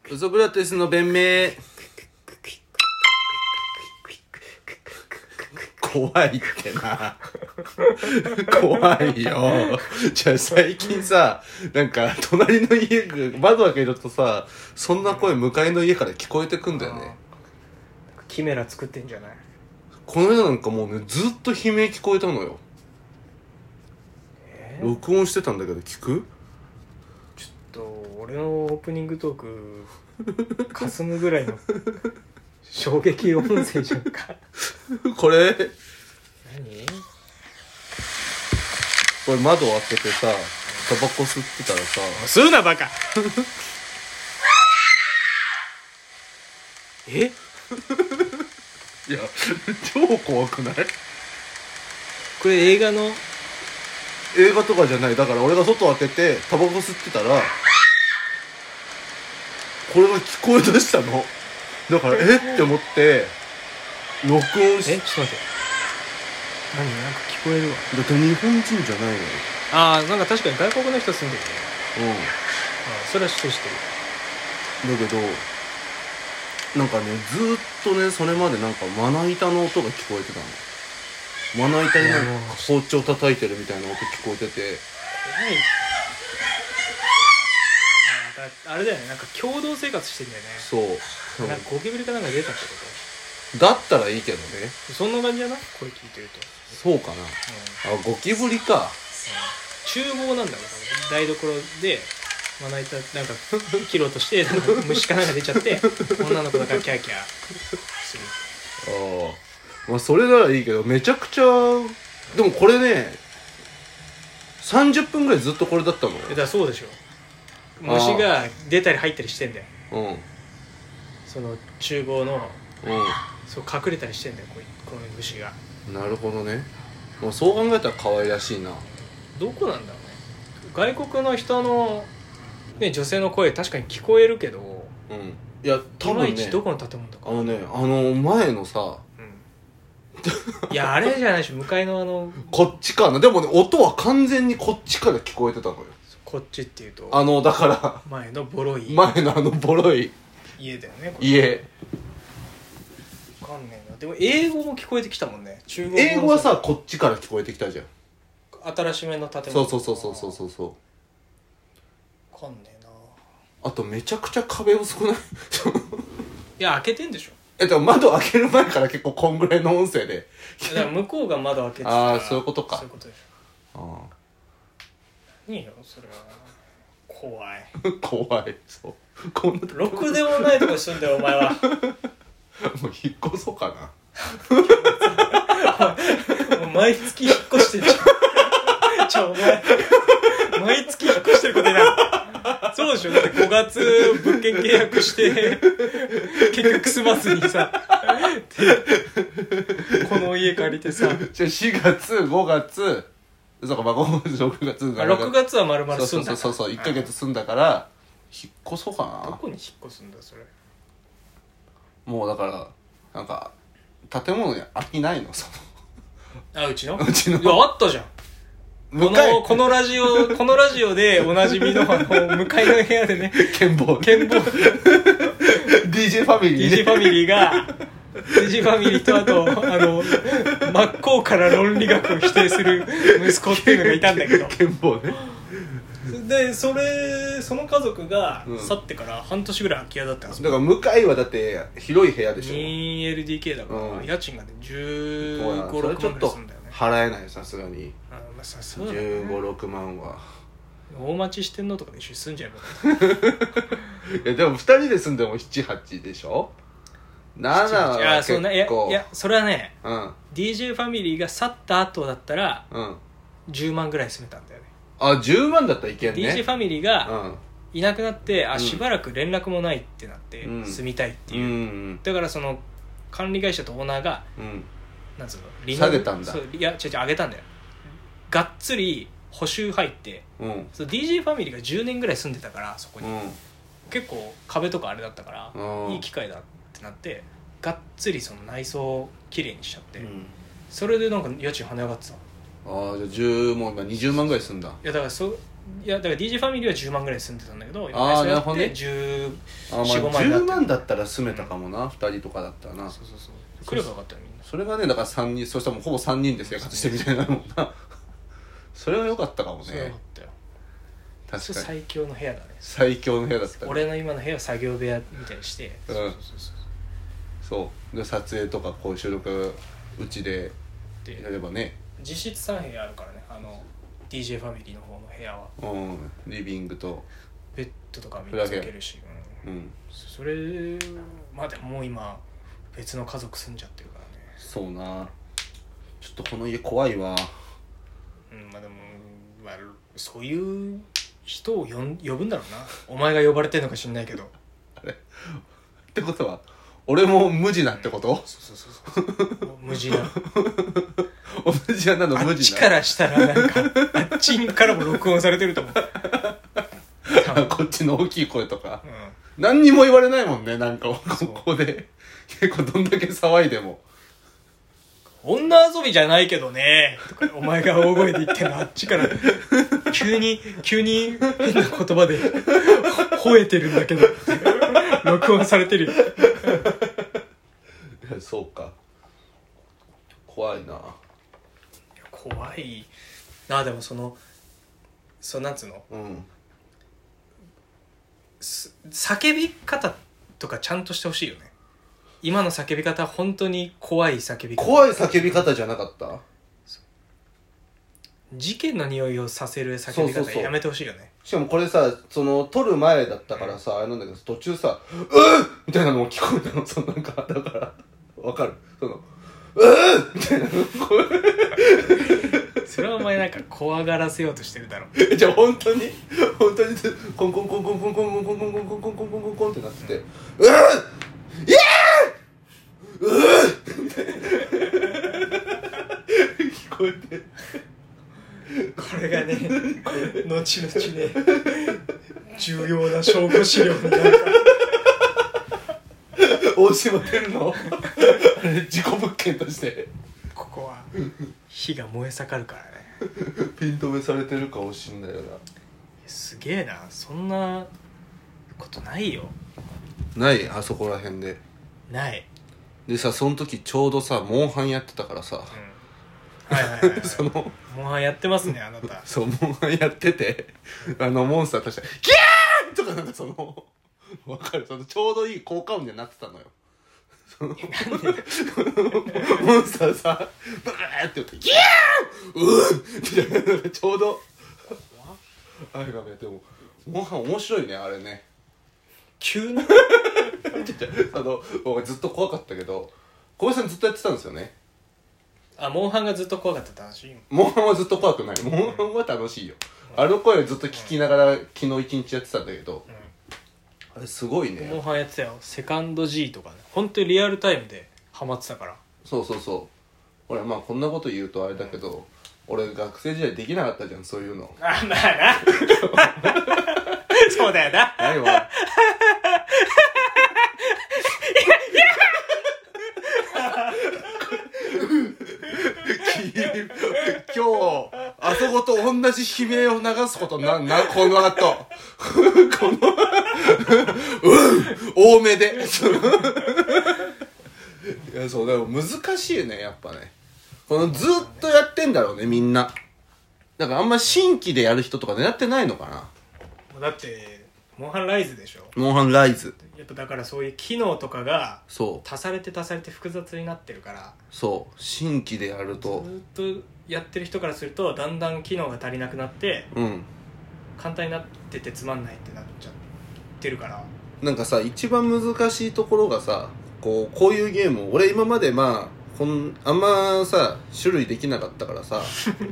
ウソクラテスの弁明。怖いってな。怖いよ。じゃあ最近さ、なんか隣の家が窓開けるとさ、そんな声向かいの家から聞こえてくんだよね。 キメラ作ってんじゃない？ この間なんかもうね、ずっと悲鳴聞こえたのよ。録音してたんだけど聞く？ ちょっと俺のオープニングトークかすむぐらいの衝撃音声じゃんか。 これ何？ これ窓を開けてさ、タバコ吸ってたらさ、 吸うなバカ。え？ いや超怖くない？ これ映画の映画とかじゃない。だから俺が外開けてタバコ吸ってたらこれが聞こえ出したの。だからって思って録音して。 ちょっと待って、何？なんか聞こえるわ。 だって日本人じゃないのよ。 あー、なんか確かに外国の人住んでるね。それは知ってる。 だけどなんかね、ずーっとね、それまでなんかまな板の音が聞こえてたの。まな板でなんか包丁叩いてるみたいな音聞こえてて、 怖い。あれだよね、なんか共同生活してんだよね。 そう、 なんかゴキブリかなんか出たってこだったらいいけどね。 と？そんな感じじゃない？声聞いてると。 そうかな、あ、ゴキブリか。 厨房なんだろう、台所でまな板なんか切ろうとしてなんか虫かなんか出ちゃって女の子だからキャーキャーする。 ああ、まあそれならいいけど、めちゃくちゃ。でもこれね、30分ぐらいずっとこれだったのよ。 だからそうでしょ、虫が出たり入ったりしてんだよ。その厨房のそう隠れたりしてんだよ、この虫が。 なるほどね。もうそう考えたら可愛らしいな。 どこなんだろうね、外国の人の、ね、女性の声確かに聞こえるけど、 いや多分ね、 いまいちどこの建物とか前のさ、 いやあれじゃないでしょ、向かいのこっちかな。でもね、音は完全にこっちから聞こえてたのよ。 こっちっていうとだから前のボロい前のボロい家だよね、これ。 家。 わかんねえな。でも英語も聞こえてきたもんね。中国語英語はさ、こっちから聞こえてきたじゃん。 新しめの建物。 そう。 わかんねえな。 あとめちゃくちゃ壁薄くない？ いや開けてんでしょ。 でも窓開ける前から結構こんぐらいの音声で。 だから向こうが窓開けてたら。 ああ、そういうことか。 そういうことでしょ。何よそれは。怖い。 怖い。そう。こんなろくでもないとこ住んだよお前は。 もう引っ越そうかな。 もう毎月引っ越してんじゃん。お前毎月引っ越してることになる。そうでしょ。だって5月物件契約して結局住まずにさこの家借りてさ、 じゃあ4月5月そうか、まあ5月6月 6月は丸々住んだ。 そう1ヶ月住んだから引っ越そうかな。 どこに引っ越すんだそれ。 もうだからなんか建物に空きないの。そのうちのうちのいやあったじゃん。このラジオでおなじみの向かいの部屋でね、 剣棒 DJ ファミリー DJ ファミリーが DJ ファミリーとあと真っ向から論理学を否定する息子っていうのがいたんだけど、 剣棒ね。 でその家族が去ってから半年ぐらい空き家だったんですよ。 だから向かいはだって広い部屋でしょ。 2LDK だから、家賃がね15、6 それ万ちょっとぐらいするんだよね。 払えないよさすがに。 まあさすがだね。 15、6万は。 大町四天王とかで一緒に住んじゃえばいやでも2人で住んでも7、8でしょ。7は結構。 いやそれはね、DJ ファミリーが去った後だったら10万ぐらい住めたんだよね。 10万だったらいけんね。 DJ ファミリーがいなくなって、しばらく連絡もないってなって、住みたいっていう、だからその管理会社とオーナーが、なんつうの下げたんだ。 いや違う上げたんだよ。がっつり補修入って、DJ ファミリーが10年ぐらい住んでたからそこに、結構壁とかあれだったから、いい機会だってなってがっつりその内装をきれいにしちゃって、それでなんか家賃跳ね上がってた。 じゃあもう今20万ぐらいすんだ。 いやだからいやだから DJ ファミリーは10万ぐらい住んでたんだけどああなるほどね 14、 まあ、 5万になって 10万だったら住めたかもな、2人とかだったらな。 そう来ればよかったよみんな。 それがねだから3人、そしたらもうほぼ3人で生活してるみたいなもんなそれは良かったかもね。 それはよかったよ。 確かに最強の部屋だね。 最強の部屋だったね。 俺の今の部屋を作業部屋みたいにして、 そうで撮影とかこう収録うちでやればね。 実質3部屋あるからね、DJ ファミリーの方の部屋は。 リビングとベッドとか3つ置けるし、それまあでももう今別の家族住んじゃってるからね。 そうな、ちょっとこの家怖いわ。 まあでも、まあ、そういう人を呼ぶんだろうな。お前が呼ばれてんのか知んないけどあれってことは俺も無地なってこと？ そう無地な同じなの無地な。 あっちからしたらなんかあっちからも録音されてると思うこっちの大きい声とか、何にも言われないもんね。なんかここで結構どんだけ騒いでも女遊びじゃないけどねとかお前が大声で言ってるのあっちから急に変な言葉で吠えてるんだけど録音されてるよそうか、怖いな。 怖いな。でもなんつうの、叫び方とかちゃんとしてほしいよね。今の叫び方は本当に怖い叫び方。 怖い叫び方じゃなかった？ 事件の匂いをさせる叫び方やめてほしいよね。 しかもこれさ、撮る前だったからさ、あれなんだけど、途中さ、みたいなのも聞こえたの。なんか、だから、わかる？みたいなそれはお前なんか怖がらせようとしてるだろ。 じゃあ本当にコンコンコンコンコンコンコンコンコンコンコンコンコンコンコンコンってなってて、イエー聞こえて、 これがね後々ね重要な証拠資料になるから大島出るの事故物件としてここは火が燃え盛るからねピン止めされてるかもしんないよな。 すげえな、そんなことないよ。 ないあそこら辺でないでさ、その時ちょうどさモンハンやってたからさ、 モンハンやってますねあなた。 そうモンハンやっててモンスターとしてギャーとかなんかわかる、ちょうどいい効果音でなってたのよ。モンスターさブーって言ってギャーみたいなのがちょうどあれがね。でもモンハン面白いねあれね。 急にずっと怖かったけど小林さんずっとやってたんですよね。 モンハンがずっと怖かったって話。 モンハンはずっと怖くない。モンハンは楽しいよ。あの声ずっと聞きながら昨日一日やってたんだけど、あれすごいね。 モンハンやってたよ。セカンド G とかね、本当にリアルタイムでハマってたから。 そう俺まあこんなこと言うとあれだけど、俺学生時代できなかったじゃんそういうの。 まあなそうだよな。 ないわ今日あそこと同じ悲鳴を流すことこの後この多めでいやそうでも難しいねやっぱね。ずっとやってんだろうねみんな。だからあんま新規でやる人とか狙ってないのかな。 だってモンハンライズでしょ。 モンハンライズやっぱだからそういう機能とかがそう足されて複雑になってるから、 そう新規でやるとずっとやってる人からするとだんだん機能が足りなくなって、簡単になっててつまんないってなっちゃってるから。 なんかさ一番難しいところがさこういうゲームを俺今までまああんまさ種類できなかったからさ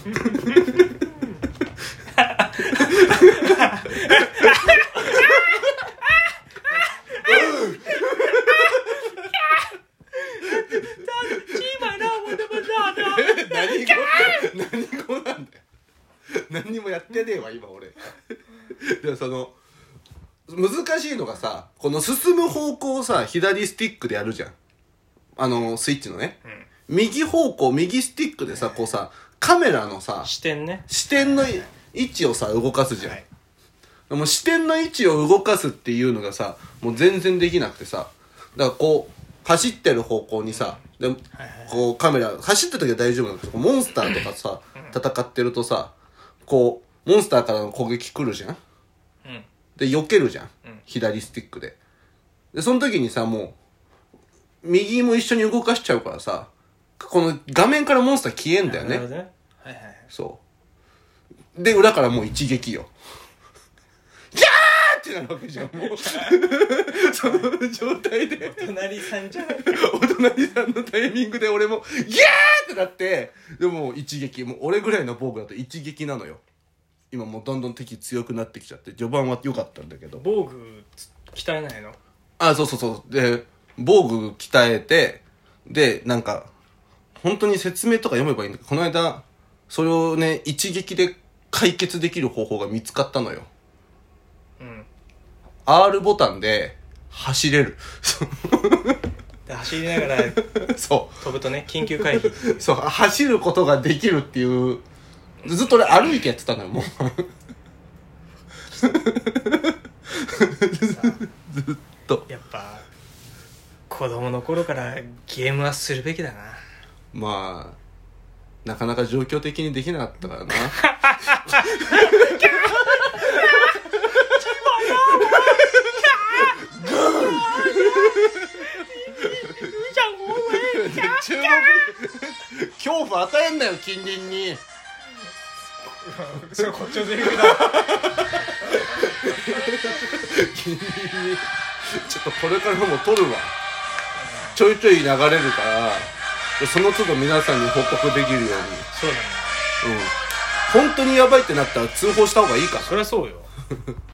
何語なんだよ。何にもやってねえわ今俺で難しいのがさ、この進む方向をさ左スティックでやるじゃん。スイッチのね、右方向右スティックでさこうさカメラのさ視点の位置をさ動かすじゃん、 はいもう視点の位置を動かすっていうのがさもう全然できなくてさ、だからこう走ってる方向にさ、でこうカメラ走ってる時は大丈夫なんだけど、モンスターとかさ戦ってるとさ、こうモンスターからの攻撃来るじゃん、で避けるじゃん、左スティックでその時にさもう右も一緒に動かしちゃうからさ、この画面からモンスター消えんだよね。 なるほどね。はいはい。 そうで裏からもう一撃よギャーってなるわけじゃんもうその状態でお隣さんじゃんお隣さんのタイミングで俺もギャーってなって、でも一撃、もう俺ぐらいの防具だと一撃なのよ。今もうどんどん敵強くなってきちゃって、序盤は良かったんだけど。 防具鍛えないの？ あ、そうそうそう。で防具鍛えて、でなんか本当に説明とか読めばいいんだけど、この間それをね一撃で解決できる方法が見つかったのよ。R ボタンで走れるで走りながらそう飛ぶとね、緊急回避そう走ることができるっていう、ずっと俺歩いてやってたのよもうずっとやっぱ子供の頃からゲームはするべきだな。 まあなかなか状況的にできなかったからな注目恐怖与えんなよ近隣にそれこっちのセリフだ近隣にちょっとこれからも撮るわ、ちょいちょい流れるからその都度皆さんに報告できるように。 そうだね。 本当にやばいってなったら通報した方がいいから。 そりゃそうよ